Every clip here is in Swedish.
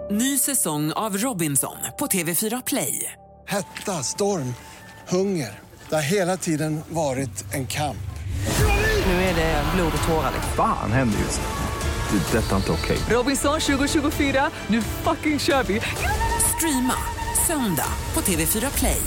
Ny säsong av Robinson på TV4 Play. Hetta, storm, hunger. Det har hela tiden varit en kamp. Nu är det blod och tårar. Fan händer just nu. Det. Detta är inte okej. Robinson 2024, nu fucking kör vi. Streama söndag på TV4 Play.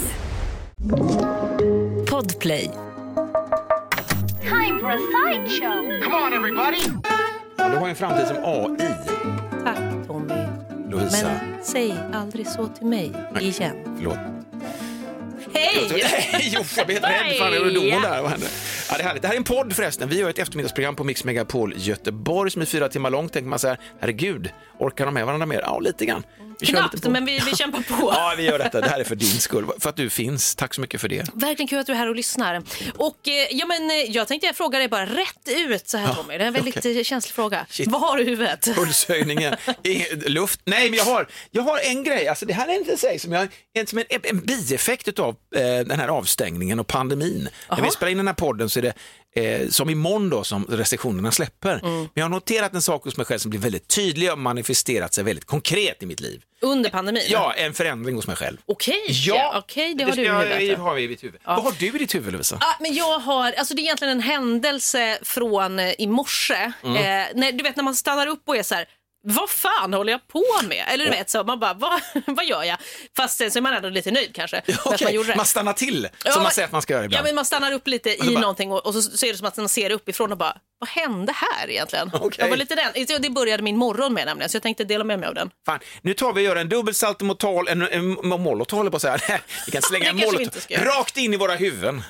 Podplay. Time for a sideshow. Come on everybody! Ja, du har en framtid som AI. Tack Tommy. Lovisa. Men säg aldrig så till mig igen. Förlåt. Hej! Hej Joffa, jag blir helt rädd. Fan, är du dom där? Vad händer? Ja, det är härligt. Det här är en podd förresten. Vi har ett eftermiddagsprogram på Mix Megapol Göteborg som är 4 timmar långt. Tänker man så här, herregud, orkar de med varandra mer? Ja, lite grann. Knappt, men vi kämpar på. Ja, vi gör detta. Det här är för din skull. För att du finns. Tack så mycket för det. Verkligen kul att du är här och lyssnar. Och jag tänkte jag fråga dig bara rätt ut så här Tommy. Det är en väldigt känslig fråga. Shit. Vad har du i huvudet? Pulshöjningen, luft. Nej, men jag har en grej. Alltså, det här är inte sig som en bieffekt av den här avstängningen och pandemin. När vi spelar in den här podden så är det som imorgon då som restriktionerna släpper. Men jag har noterat en sak hos mig själv som blir väldigt tydlig och manifesterat sig väldigt konkret i mitt liv. Under pandemin? Ja, en förändring hos mig själv. Okej, ja, det har du i huvudet. Har vi i mitt huvud. Ja. Vad har du i ditt huvud, Lovisa? Men jag har, alltså det är egentligen en händelse från i morse. Du vet när man stannar upp och är så här, vad fan håller jag på med? Eller du vet så, man bara, vad gör jag? Fast sen så är man ändå lite nöjd kanske. Okay. Man stannar till, som man säger att man ska göra ibland. Ja, men man stannar upp lite i någonting och så är det som att man ser uppifrån och bara, vad hände här egentligen? Okay. Jag var lite den, det började min morgon med nämligen, så jag tänkte dela med mig av den. Fan, nu tar vi och gör en dubbelsaltomortal, en molotov håller på så här. Vi kan slänga en molotov rakt in i våra huvuden.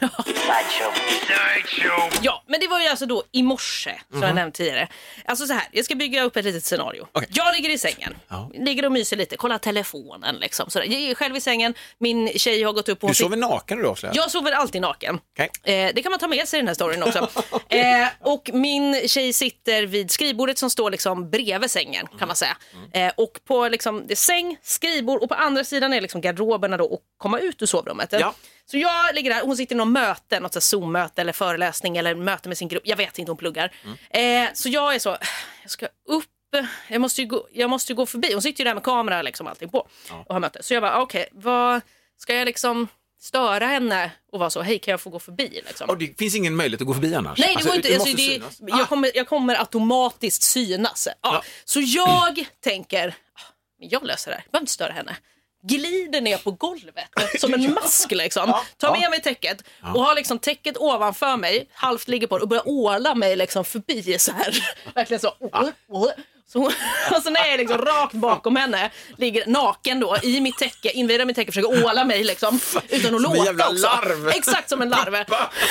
Ja, men det var ju alltså då i morse, som jag nämnde tidigare. Alltså så här, jag ska bygga upp ett litet scenario. Okay. Jag ligger i sängen, ligger och myser lite, kollar telefonen liksom. Så där. Jag är själv i sängen, min tjej har gått upp och du sover naken då? Jag sover alltid naken. Okay. Det kan man ta med sig i den här storyn också. Och min tjej sitter vid skrivbordet som står liksom bredvid sängen, kan man säga. Och på liksom, det är säng, skrivbord och på andra sidan är liksom garderoberna då och komma ut ur sovrummet. Ja. Så jag ligger där, hon sitter i någon möte, något så Zoom-möte eller föreläsning eller möte med sin grupp. Jag vet inte, hon pluggar. Så jag är så, jag ska upp, jag måste ju gå förbi. Hon sitter ju där med kamera liksom allting på och har möte. Så jag bara, okej, vad ska jag liksom störa henne och vara så, hej, kan jag få gå förbi liksom? Och det finns ingen möjlighet att gå förbi annars? Nej, det går inte, alltså, jag kommer automatiskt synas. Ja. Så jag tänker, jag löser det här, jag behöver inte störa henne. Glider ner på golvet som en mask liksom. Tar med mig täcket och har liksom täcket ovanför mig, halvt ligger på det och börjar åla mig liksom förbi så här. Verkligen så. Och så när jag liksom rakt bakom henne ligger naken då i mitt täcke, invidar mitt täcke, försöker åla mig liksom utan att låta en jävla också. Larv. Exakt som en larv.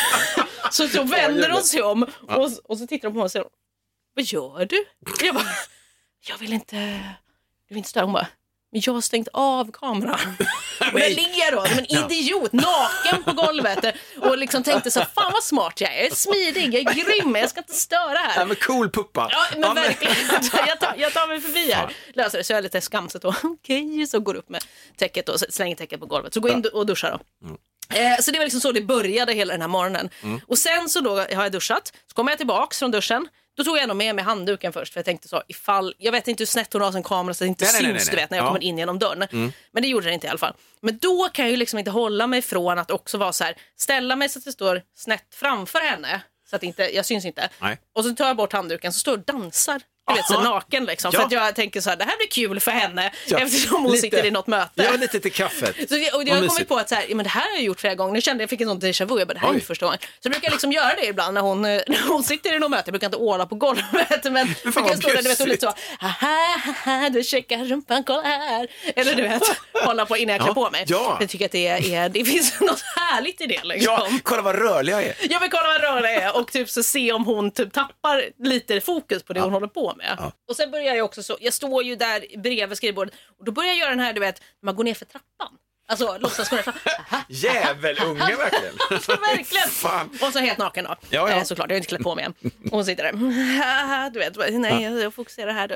Så vänder hon sig om och så tittar hon på mig och säger, vad gör du? Jag bara, jag vill inte störa. Hon bara, men jag har stängt av kameran. Och jag ligger då som en idiot naken på golvet och liksom tänkte så, fan vad smart jag är smidig, jag är grym, jag ska inte störa här. Ja, men cool puppa. Ja, men verkligen. Jag tar mig förbi här. Löser det, så jag är lite skamset då. Okej, så går upp med täcket och slänger täcket på golvet. Så går in och duschar då. Så det var liksom så det började hela den här morgonen. Och sen så då har jag duschat. Så kommer jag tillbaks från duschen. Då tog jag ändå med mig handduken först. För jag tänkte så, ifall, jag vet inte hur snett hon har sin kamera så det inte syns, du vet, när jag kommer in genom dörren. Men det gjorde det inte i alla fall. Men då kan jag ju liksom inte hålla mig från att också vara så här, ställa mig så att det står snett framför henne. Så att inte, jag syns inte. Nej. Och så tar jag bort handduken så står och dansar. Du vet, så naken liksom. För att jag tänker så här, det här blir kul för henne. Eftersom hon sitter i något möte. Ja, lite till kaffet. Så jag har kommit på att så här, men det här har jag gjort flera gånger. Nu kände jag fick en sån déjà vu. Jag bara, det här är inte första gången. Så jag brukar liksom göra det ibland när hon sitter i något möte. Jag brukar inte åla på golvet. Men jag kan stå där, du vet, och lite så, haha, du checkar rumpan, kolla här. Eller du vet, hålla på innan jag klär på mig. Ja. Jag tycker att det finns något härligt i det liksom. Ja, kolla vad rörlig jag är. Jag vill kolla vad rörlig jag är. Och typ så se om hon typ tappar lite fokus på det hon håller på med. Ja. Och sen börjar jag också så, jag står ju där bredvid skrivbordet och då börjar jag göra den här, du vet, man går ner för trappan. Alltså, låtsas gå ner för trappan. Jävelunge verkligen. Verkligen. Fan. Och så helt naken då. Ja. Såklart, jag har inte klätt på mig än. Och hon sitter där. Du vet, nej, jag fokuserar här.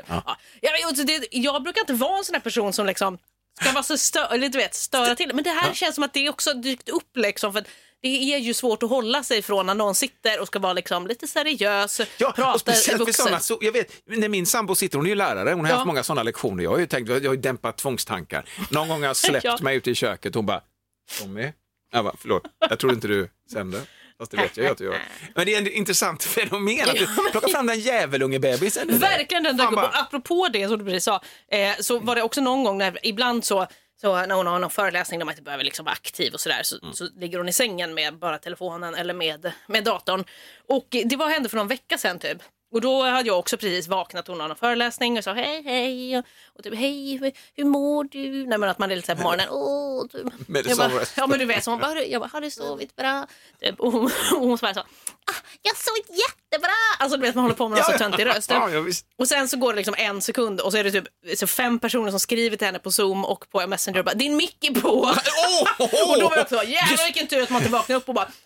Jag brukar inte vara en sån här person som liksom ska vara så störa till. Men det här känns som att det också dykt upp liksom, för att det är ju svårt att hålla sig från när någon sitter och ska vara liksom lite seriös, Ja, och speciellt för sådana, så jag vet, när min sambo sitter, hon är ju lärare, hon har haft många sådana lektioner, jag har ju tänkt, jag har ju dämpat tvångstankar. Någon gång har jag släppt mig ut i köket, hon bara, Tommy, jag bara, förlåt, jag tror inte du sänder. Fast det vet jag att du gör. Men det är en intressant fenomen att du plockar fram den jävelungebebisen. Verkligen, den där, apropå det som du precis sa, så var det också någon gång när ibland så när hon har någon föreläsning där man inte behöver liksom vara aktiv och sådär, så ligger hon i sängen med bara telefonen eller med datorn. Och det hände för någon vecka sedan typ. Och då hade jag också precis vaknat, hon har någon föreläsning och sa hej och typ hej, hur mår du? Nej, men att man är lite så här på morgonen, typ. Ja, men du vet, så hon bara, jag bara, har du sovit bra? Typ. Och hon svarade så, jag har sovit jättebra. Alltså du vet, man håller på med någon så töntig röst. Och sen så går det liksom 1 sekund och så är det typ så 5 personer som skriver till henne på Zoom och på Messenger och bara, din mick är på. Och då var jag så, jävlar vilken tur att man inte vaknade upp och bara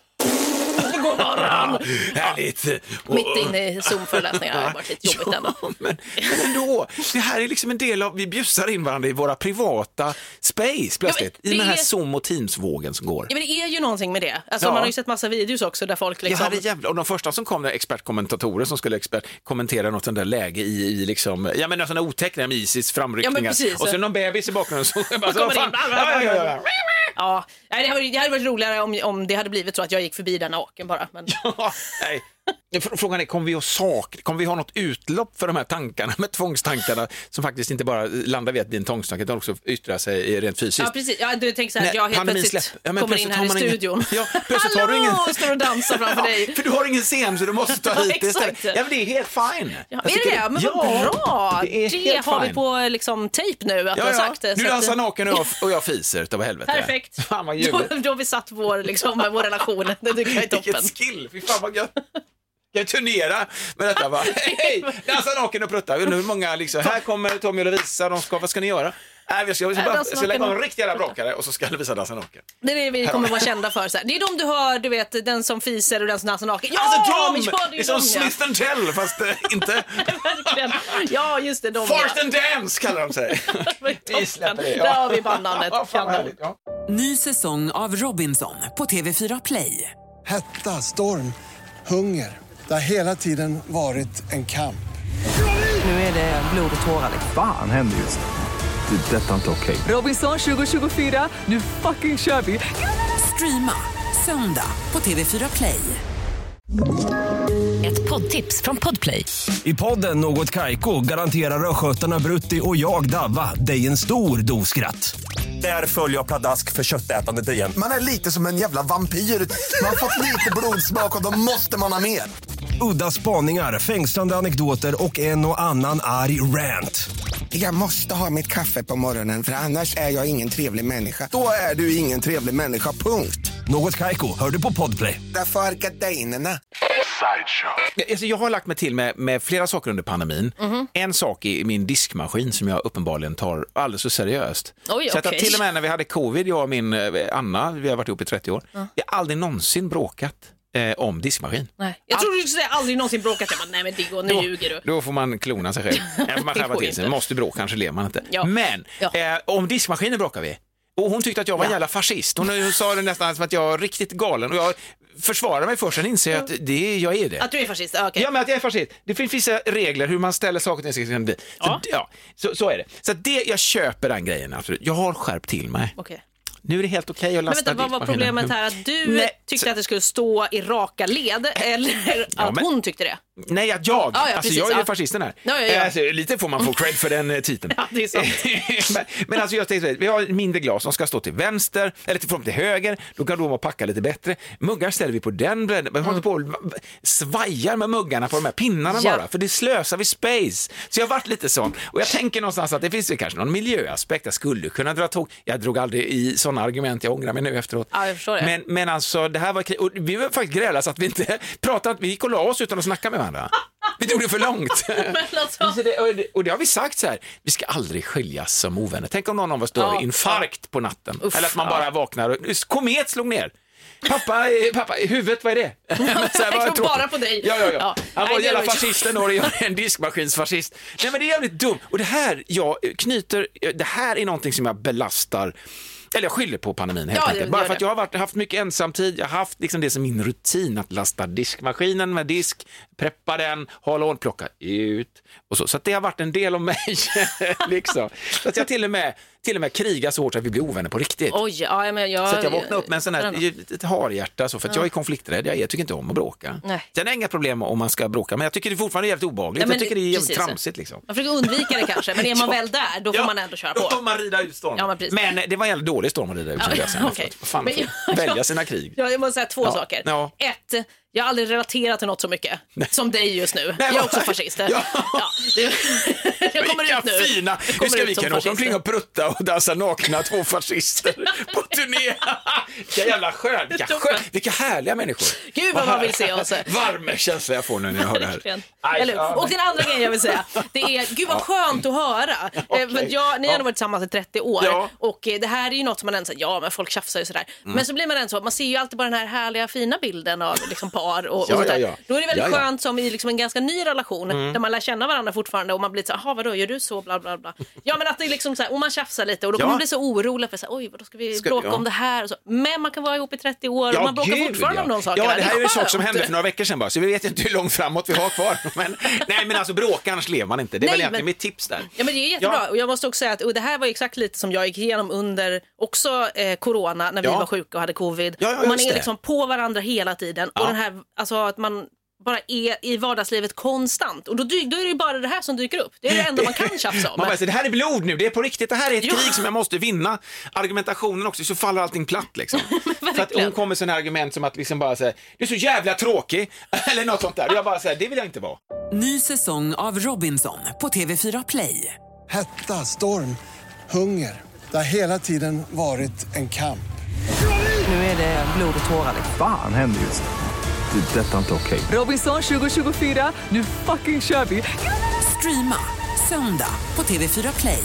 härligt. Mitt inne i Zoom-föreläsningar har varit lite jobbigt ändå. Men ändå, det här är liksom en del av, vi bjussar in varandra i våra privata space plötsligt, i den här Zoom- och Teams-vågen som går. Ja, men det är ju någonting med det. Alltså man har ju sett massa videos också där folk liksom... Ja, jävla. Och de första som kom, expertkommentatorer som skulle kommentera något sånt där läge i liksom, ja men sådana otäckningar med Isis framryckningar. Ja, och så någon bebis i bakgrunden så bara så fan. Ja, det hade varit roligare om det hade blivit så att jag gick förbi den naken bara. Men... Ja, nej. Frågan är, kommer vi ha något utlopp för de här tankarna, med tvångstankarna som faktiskt inte bara landar vid att bli en tvångstank utan också yttrar sig rent fysiskt. Ja, precis. Ja, du tänker så här, jag helt plötsligt kommer in här i studion. Ja, plötsligt har du ingen... står och dansar framför dig. För du har ingen scen så du måste ta hit det istället. Ja, men det är helt fine. Ja, är det? Men vad bra! Det har vi på liksom tejp nu att du har sagt det. Du dansar naken och jag fiser, det var helvete. Perfekt. Fan vad ljuvligt. Då har vi satt vår relation. Det tycker jag är toppen. Vilket skill, fy fan vad gött. Jag turnera med detta va. Hej, dansa naken och prutta. Hur många liksom, här kommer Tommy och Lovisa, vad ska ni göra? Jag ska lägga en riktig jävla brakare och så ska Lovisa dansa naken. Det är det vi kommer vara kända för så här. Det är de du hör, du vet, den som fiser och den som dansar naken. Ja, alltså det är som Smith and Tell fast inte. Ja, just det, Fart and Dance kallar de sig. Vi släpper det. Där har vi bandnamnet. Ny säsong av Robinson på TV4 Play. Hetta, storm, hunger. Det har hela tiden varit en kamp. Nu är det blod och tårar. Fan händer just det. Detta är inte okej. Robinson 2024, nu fucking kör vi. Streama söndag på TV4 Play. Ett poddtips från Podplay. I podden Något Kaiko garanterar röskötarna Brutti och jag Davva dig en stor doskratt. Där följer jag pladask för köttätandet igen. Man är lite som en jävla vampyr. Man har fått lite blodsmak och då måste man ha mer. Udda spaningar, fängslande anekdoter och en och annan arg rant. Jag måste ha mitt kaffe på morgonen för annars är jag ingen trevlig människa. Då är du ingen trevlig människa, punkt. Något Kaiko, hör du på Podplay. Därför är gardinerna. Alltså jag har lagt mig till med flera saker under pandemin. En sak är min diskmaskin som jag uppenbarligen tar alldeles så seriöst. Oj, så att till och med när vi hade covid, jag och min Anna, vi har varit ihop i 30 år, jag har aldrig någonsin bråkat om diskmaskin. Nej. Jag tror du skulle säga aldrig någonsin bråkat. Jag bara, nej men det går, nu ljuger du. Då får man klona sig själv. Får man skärpa till sig. Måste bråka, kanske ler man inte. Ja. Men om diskmaskinen bråkar vi. Och hon tyckte att jag var en jävla fascist. Hon sa det nästan som att jag var riktigt galen. Och jag försvarar mig först, sen inser jag att jag är det. Att du är fascist? Okay. Ja, men att jag är fascist. Det finns vissa regler hur man ställer saker till sig. Så är det. Så det, jag köper den grejen, absolut. Jag har skärpt till mig. Okay. Nu är det helt okej att lasta. Men vänta, vad var problemet här? Att du tyckte att det skulle stå i raka led eller att hon tyckte det? Nej, att jag. Alltså jag är ju fascisten här. Ja. Alltså, lite får man få cred för den titeln. Ja, det är sant. men alltså jag tänkte, vi har mindre glas som ska stå till vänster eller till höger. Då kan de packa lite bättre. Muggar ställer vi på den bredden. Man håller på svajar med muggarna på de här pinnarna bara. För det slösar vi space. Så jag har varit lite sån. Och jag tänker någonstans att det finns kanske någon miljöaspekt. Jag skulle kunna dra tåg. Jag drog aldrig i sådana argument. Jag ångrar mig nu efteråt. Ja, jag förstår det. Men alltså, det här var krig. Och vi var faktiskt gräla så att vi inte pratade. Vi gick och la oss utan att snacka med varandra. Vi tog det för långt. Och det har vi sagt så här. Vi ska aldrig skiljas som ovänner. Tänk om någon av oss dör infarkt på natten. Eller att man bara vaknar och komet slog ner. Pappa, i huvudet, vad är det? Så här, bara på dig. Ja. Han var jävla fascisten och jag är en diskmaskinsfascist. Nej, men det är jävligt dumt. Och det här är någonting som jag belastar Eller jag skyller på pandemin helt enkelt. Bara för att jag har haft mycket ensamtid. Jag har haft liksom det som min rutin att lasta diskmaskinen med disk, preppa den, hålla on, plocka ut och så. Så att det har varit en del av mig liksom. Så att jag till och med krigar så hårt att vi blir ovänner på riktigt. Oj, ja, men så att jag vaknar upp med en sån här ett harhjärta så, för att jag är konflikträdd. Jag tycker inte om att bråka. Nej. Sen är det inga problem om man ska bråka, men jag tycker det fortfarande är jävligt obehagligt. Jag tycker det är jävligt tramsigt liksom. Man försöker undvika det kanske, men är man väl där, då får man ändå köra på. Då får man rida ut storm. Ja, men det var en jävligt dålig storm att rida ut. Fan, välja sina krig. Jag måste säga två saker. Ja. Ett, jag har aldrig relaterat till något så mycket som dig just nu. Jag är också fascist. Jag kommer ut nu. Fina. Nu ska vi kan åka omkring och prutta och dansa nakna, 2 fascister på turné. Vilka jävla vilka härliga människor. Gud vad man vill se oss. Varme känsla jag får när jag hör det här. Och den andra grejen jag vill säga, det är gud vad skönt att höra. Ni har varit tillsammans i 30 år och det här är ju något som man ändå säger, men folk tjafsar ju sådär. Men så blir man ändå så, man ser ju alltid bara den här härliga fina bilden av liksom par och sånt där. Då är det väldigt skönt som i liksom en ganska ny relation där man lär känna varandra fortfarande och man blir så här, vadå, gör du så, bla bla bla. Ja, men att det är liksom så här, och man tjafsar lite och då kommer man bli så orolig för så här, oj, vad då ska vi bråka om det här och så. Men man kan vara ihop i 30 år och man bråkar fortfarande om de sakerna. Ja, det här är ju en sak som hände för några veckor sedan bara, så vi vet inte hur långt framåt vi har kvar. Men alltså bråka, annars lever man inte. Det är väl egentligen mitt tips där. Ja, men det är jättebra. Och jag måste också säga att det här var exakt lite som jag gick igenom under också corona när vi var sjuka och hade covid. Och man är liksom på varandra hela tiden. Och den här, alltså att man bara är i vardagslivet konstant. Och då är det ju bara det här som dyker upp. Det är det enda man kan tjafsa om. Man säger, det här är blod nu, det är på riktigt. Det här är ett krig som jag måste vinna. Argumentationen också, så faller allting platt liksom. För att hon kommer sådana argument som att liksom bara säga, du är så jävla tråkig. Eller något sånt där. Och jag bara säger, det vill jag inte vara. Ny säsong av Robinson på TV4 Play. Hetta, storm, hunger. Det har hela tiden varit en kamp. Nu är det blod och tårar. Fan händer just det. Detta är inte okej. Robinson 2024, nu fucking kör vi. Streama söndag på TV4 Play.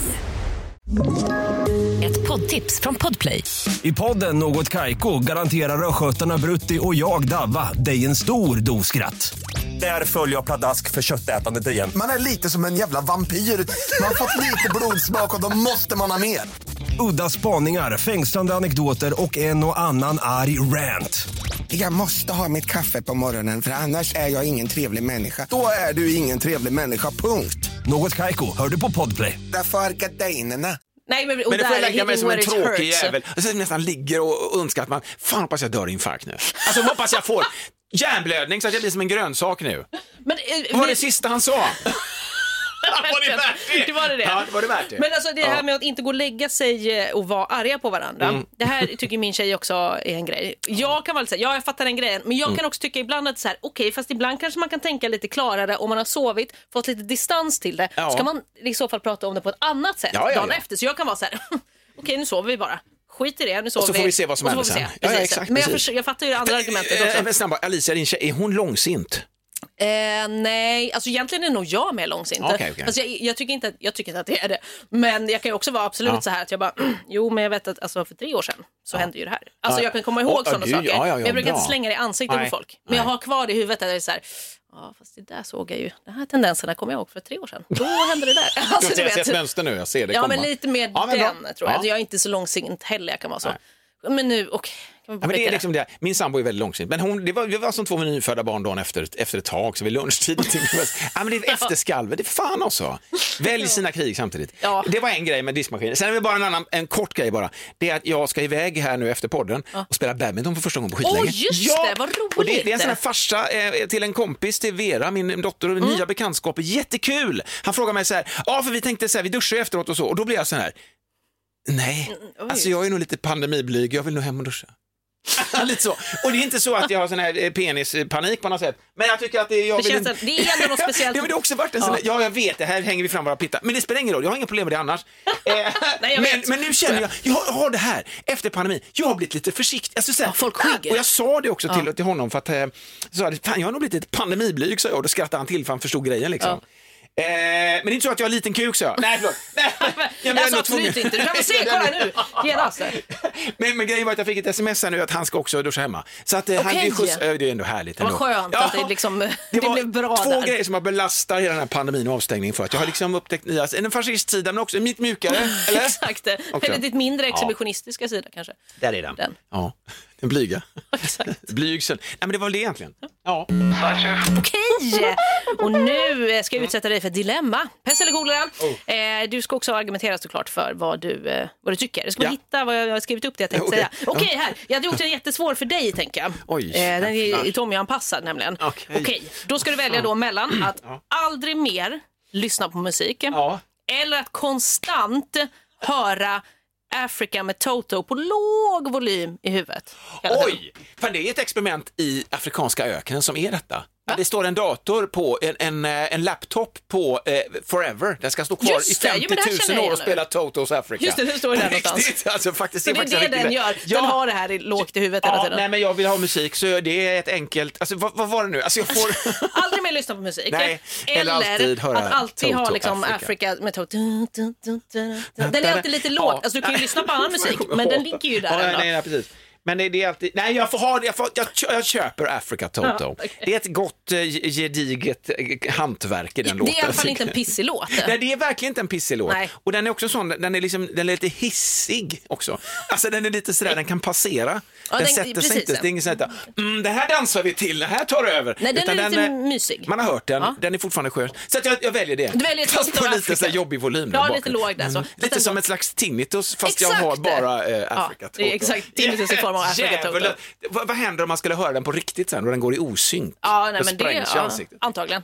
Ett poddtips från Podplay. I podden Något Kaiko garanterar röskötarna Brutti och jag Davva dig en stor doskratt. Där följer jag pladask för köttätandet igen. Man är lite som en jävla vampyr. Man har fått lite blodsmak och då måste man ha mer. Udda spaningar, fängslande anekdoter och en och annan arg rant. Jag måste ha mitt kaffe på morgonen för annars är jag ingen trevlig människa. Då är du ingen trevlig människa, punkt. Något Kaiko, hör du på Podplay. Därför är gardinerna. Nej, men det får jag lägga mig som en tråkig jävel. Jag nästan ligger och önskar att man, fan hoppas jag dör i infarkt nu. Alltså hoppas jag får hjärnblödning så att jag blir som en grönsak nu. Men, vad var det sista han sa? Var det värt det? Det var det. Ja, det var det värt det. Men alltså det här med att inte gå och lägga sig och vara arga på varandra. Det här tycker min tjej också är en grej. Jag kan väl säga, jag fattar den grejen. Men jag kan också tycka ibland att så här, okej, fast ibland kanske man kan tänka lite klarare om man har sovit, fått lite distans till det. Ska man i så fall prata om det på ett annat sätt dagen efter. Så jag kan vara så här, okej, nu sover vi bara. Skit i det, nu sover vi. Och så får vi se vad som händer sen. Ja, exakt, men jag fattar ju det andra argumentet också. Snabba, Alicia, din tjej, är hon långsint? Nej, alltså egentligen är nog jag mer långsint. Okay. Alltså, jag tycker inte att det är det. Men jag kan ju också vara absolut så här att jag bara, jo men jag vet att alltså, för 3 år sedan så hände ju det här. Alltså jag kan komma ihåg sådana saker. Men jag brukar inte slänga det i ansiktet på folk. Men jag har kvar det i huvudet att det är så här, ja fast det där såg jag ju. Den här tendenserna kommer jag ihåg för 3 år sedan. Då hände det där. Alltså, du vet, mönster nu, jag ser det komma. Ja, men lite mer den tror jag. Jag är inte så långsint heller, jag kan vara så. Men nu, men det är liksom det. Min sambo är väldigt långsint. Men vi var som 2 nyfödda barn dagen efter ett tag, så vid lunchtid. Men det är efterskalvet, det är fan också. Välj sina krig samtidigt. Ja. Det var en grej med diskmaskinen. Sen är det bara en kort grej bara. Det är att jag ska iväg här nu efter podden och spela badminton för första gången på skitlänge. Just det, vad roligt. Och det är en sån här farsa till en kompis till Vera, min dotter, och nya bekantskaper. Jättekul. Han frågar mig så här, för vi tänkte så här, vi duschar efteråt och så. Och då blir jag så här, nej, alltså jag är nog lite pandemiblyg, jag vill nog hem och duscha. Lite så. Och det är inte så att jag har sån här penispanik på något sätt. Men jag tycker att det är ändå något speciellt. Ja, men det har också varit en sån här, jag vet, det här hänger vi fram våra pittar. Men det spelar ingen roll, jag har inga problem med det annars. Men nu känner jag har det här efter pandemin. Jag har blivit lite försiktig. Alltså, folk skygger. Och jag sa det också till honom för att fan, jag har nog blivit ett pandemiblyg, så jag. Och då skrattade han till för han förstod grejen liksom. Men det är inte så att jag har liten kuk, så. Nej, förlåt. Nej, jag sa absolut inte. Du kan få se, kolla nu. Genast. Men grejen var att jag fick ett sms här nu att han ska också duscha hemma. Så att han blir skjuts. Det är ändå härligt. Vad skönt att det liksom det blev bra två där. grejer som har belastat hela den här pandemin och avstängningen för att jag har liksom upptäckt nya, en fascistsida men också en mitt mjukare, eller? Exakt. Eller ditt mindre exhibitionistiska sida kanske. Där är den. Ja. Den blyga. Exakt. Blygseln. Nej, men det var väl det egentligen. Ja. Okej. Och nu ska jag utsätta dig för ett dilemma. Pest eller kolera. Du ska också argumentera såklart för vad du tycker. Jag ska hitta vad jag har skrivit upp det jag tänkte säga. Okej, här. Jag hade gjort en jättesvår för dig, tänker jag. Oj. Den är Tommy-anpassad nämligen. Okej. Då ska du välja då mellan att aldrig mer lyssna på musik eller att konstant höra Africa med Toto på låg volym i huvudet. Oj! Fan, det är ett experiment i afrikanska öknen som är detta. Det står en dator på en laptop på Forever. Den ska stå kvar i 50 000 år och spela Totos Africa. Just det står det där någonstans. Alltså, faktiskt, så det är det den gör. Den har det här lågt i huvudet hela tiden. Nej, men jag vill ha musik, så det är ett enkelt... Alltså, vad var det nu? Alltså, jag får... aldrig mer lyssna på musik. Nej, eller alltid höra att alltid Toto ha liksom Africa med Toto. Den är alltid lite låg. Alltså, du kan ju lyssna på annan musik, men den ligger ju där ändå. Nej, precis. Men det är alltid... Nej, jag köper Africa Toto. Okay. Det är ett gott, gediget hantverk i den låten. Det är i alla fall inte en pissig låt. Nej, det är verkligen inte en pissig låt. Nej. Och den är också sån, den är lite hissig också. Alltså den är lite sådär, den kan passera. Ja, den sätter sig inte. Det är inget sånt där, det här dansar vi till, det här tar över. Nej, den är lite mysig. Man har hört den, den är fortfarande skön. Så att jag väljer det. Du väljer fast på lite så jobbig volym. Ja, lite låg där. Så. Lite som ett slags tinnitus, fast jag har bara Africa Toto. Det är exakt tinnitus i form av Africa Toto. Vad händer om man skulle höra den på riktigt sen och den går i osynk? Ja, nej, men det antagligen.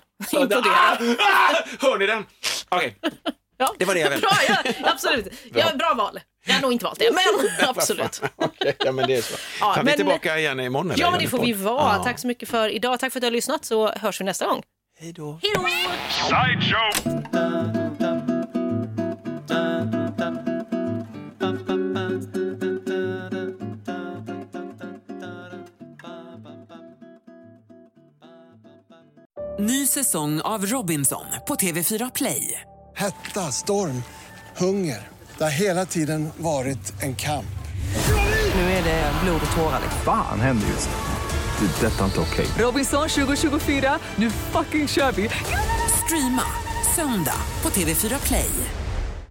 Hör ni den? Okej. Ja. Det var det jag bra, absolut. Bra val. Jag har nog inte valt det, men absolut. Okej, ja, men det är så. Kan vi tillbaka igen imorgon? Eller? Ja, men det får vi vara. Tack så mycket för idag. Tack för att du har lyssnat, så hörs vi nästa gång. Hej då. Hej då. Ny säsong av Robinson på TV4 Play. Hetta, storm, hunger. Det har hela tiden varit en kamp. Nu är det blod och tårar. Fan händer just det. Det är detta inte okej. Robinson 2024, nu fucking kör vi. Streama söndag på TV4 Play.